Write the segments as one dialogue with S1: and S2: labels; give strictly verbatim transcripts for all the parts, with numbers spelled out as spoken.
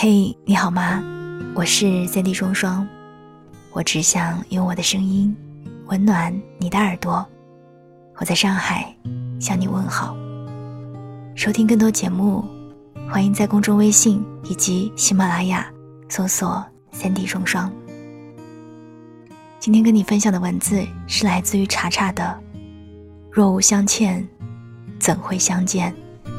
S1: 嘿，你好吗？我是三 D 双双，我只想用我的声音温暖你的耳朵。我在上海向你问好。收听更多节目，欢迎在公众微信以及喜马拉雅搜索三 D 双双。今天跟你分享的文字是来自于查查的若无相欠，怎会相见。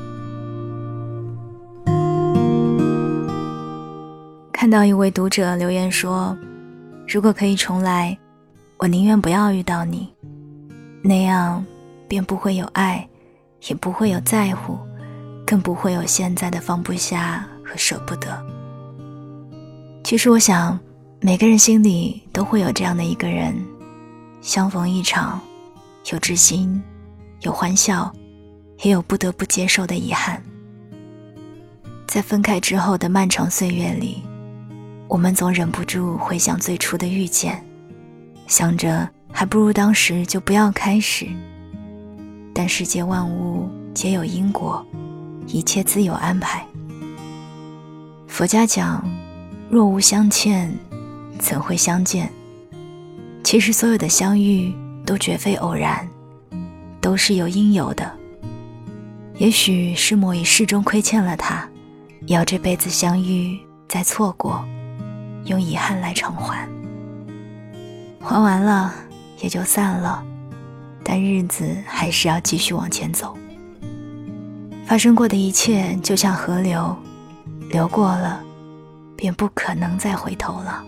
S1: 看到一位读者留言说，如果可以重来，我宁愿不要遇到你，那样便不会有爱，也不会有在乎，更不会有现在的放不下和舍不得。其实我想每个人心里都会有这样的一个人，相逢一场，有知心，有欢笑，也有不得不接受的遗憾。在分开之后的漫长岁月里，我们总忍不住回想最初的遇见，想着还不如当时就不要开始。但世界万物皆有因果，一切自有安排。佛家讲，若无相欠，怎会相见？其实所有的相遇都绝非偶然，都是有因由的。也许是某一世中亏欠了他，要这辈子相遇再错过，用遗憾来偿还。还完了也就散了，但日子还是要继续往前走。发生过的一切就像河流，流过了便不可能再回头了。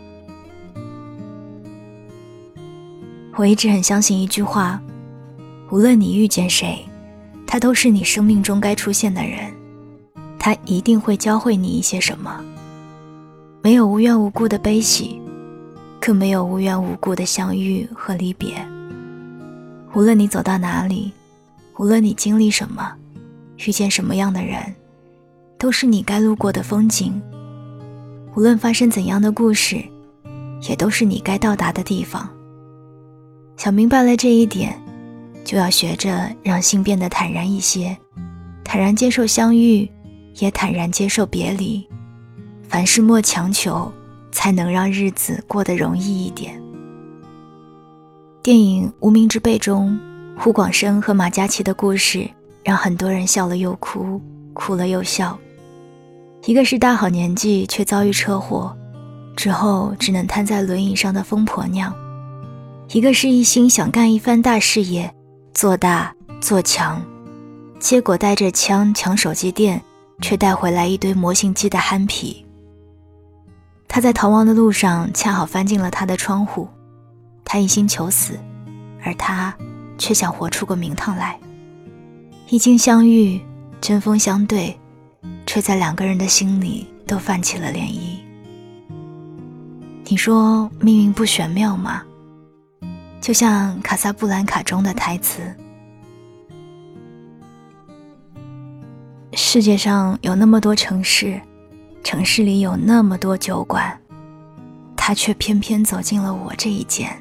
S1: 我一直很相信一句话，无论你遇见谁，他都是你生命中该出现的人，他一定会教会你一些什么。没有无缘无故的悲喜，更没有无缘无故的相遇和离别。无论你走到哪里，无论你经历什么，遇见什么样的人，都是你该路过的风景。无论发生怎样的故事，也都是你该到达的地方。想明白了这一点，就要学着让心变得坦然一些，坦然接受相遇，也坦然接受别离。凡事莫强求，才能让日子过得容易一点。电影《无名之辈》中，胡广生和马嘉祺的故事让很多人笑了又哭，哭了又笑。一个是大好年纪却遭遇车祸，之后只能瘫在轮椅上的疯婆娘；一个是一心想干一番大事业，做大做强，结果带着枪抢手机店，却带回来一堆模型机的憨皮。他在逃亡的路上恰好翻进了他的窗户，他一心求死，而他却想活出个名堂来。一经相遇，针锋相对，却在两个人的心里都泛起了涟漪。你说命运不玄妙吗？就像卡萨布兰卡中的台词，世界上有那么多城市，城市里有那么多酒馆，他却偏偏走进了我这一间。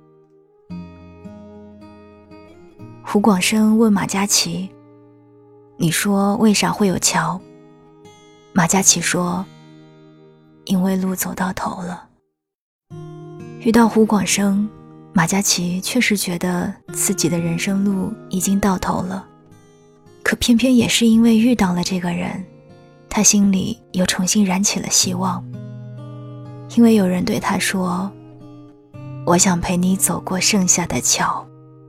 S1: 胡广生问马嘉祺，你说为啥会有桥？马嘉祺说，因为路走到头了。遇到胡广生，马嘉祺确实觉得自己的人生路已经到头了，可偏偏也是因为遇到了这个人，他心里又重新燃起了希望。因为有人对他说，我想陪你走过剩下的桥。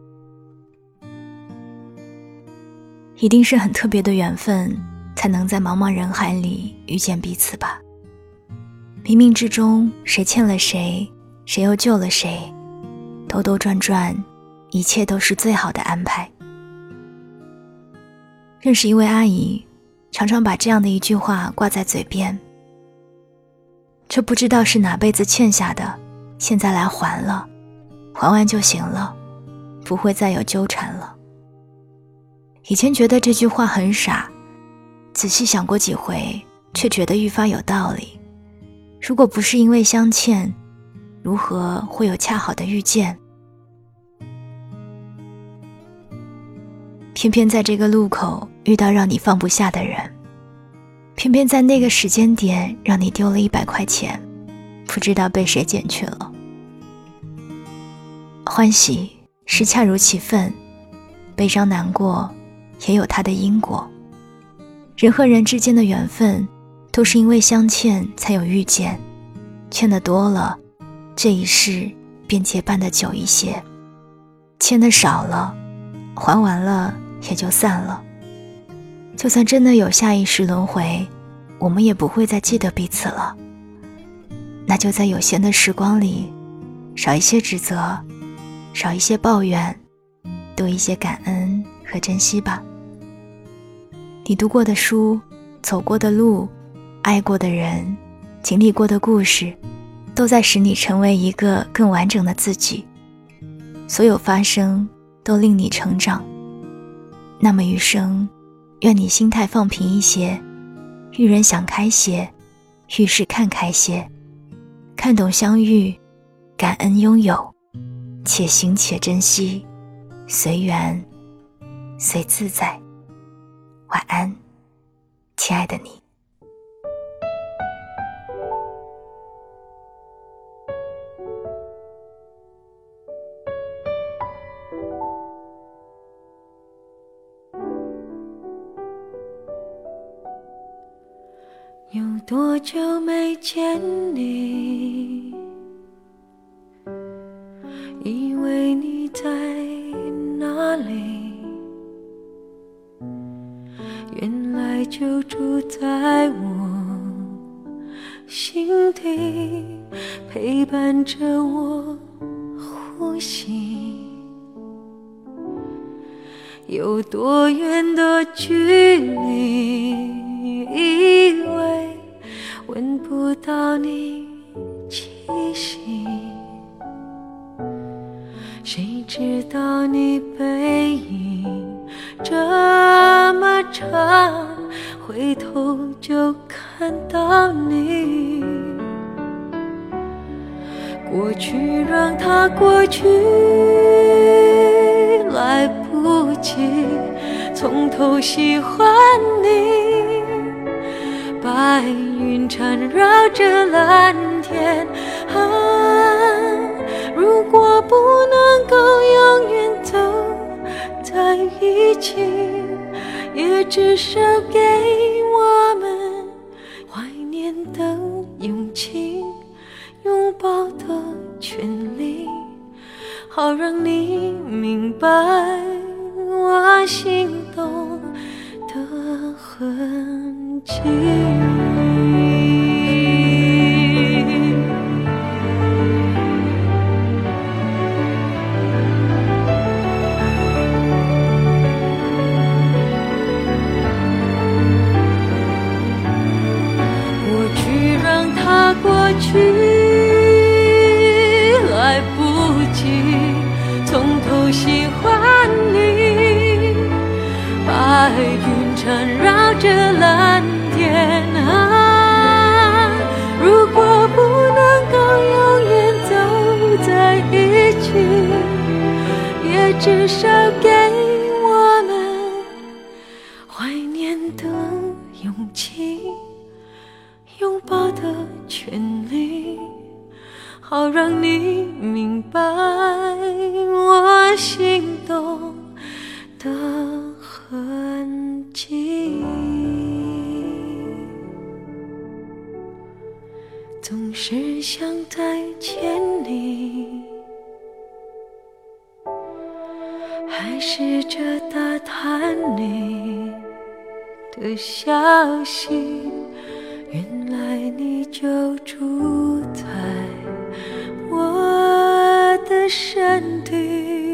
S1: 一定是很特别的缘分，才能在茫茫人海里遇见彼此吧。冥冥之中，谁欠了谁，谁又救了谁，兜兜转转，一切都是最好的安排。认识一位阿姨，常常把这样的一句话挂在嘴边，这不知道是哪辈子欠下的，现在来还了，还完就行了，不会再有纠缠了。以前觉得这句话很傻，仔细想过几回，却觉得愈发有道理。如果不是因为相欠，如何会有恰好的遇见？偏偏在这个路口遇到让你放不下的人， 偏偏在那个时间点让你丢了一百块钱，不知道被谁捡去了。欢喜是恰如其分，悲伤难过也有它的因果。人和人之间的缘分都是因为相欠才有遇见，欠的多了，这一世便结伴的久一些，欠的少了，还完了也就散了。就算真的有下一世轮回，我们也不会再记得彼此了。那就在有限的时光里，少一些指责，少一些抱怨，多一些感恩和珍惜吧。你读过的书，走过的路，爱过的人，经历过的故事，都在使你成为一个更完整的自己。所有发生都令你成长。那么余生，愿你心态放平一些，遇人想开些，遇事看开些，看懂相遇，感恩拥有，且行且珍惜，随缘随自在。晚安，亲爱的你。
S2: 有多久没见你，以为你在哪里，原来就住在我心底，陪伴着我呼吸。有多远的距离，以为闻不到你气息，谁知道你背影这么长，回头就看到你。过去让它过去，来不及从头喜欢你。白云缠绕着蓝天，啊，如果不能够永远走在一起，也至少给我们怀念的勇气，拥抱的权利，好让你明白我心动的痕迹。过去让它过去，来不及从头喜欢你。白云缠绕着蓝天，啊，如果不能够永远走在一起，也至少给我们怀念的勇气，拥抱的权利，好让你明白我心动的痕迹。总是想再见你，还试着打探你的消息，原来你就住在我的身体。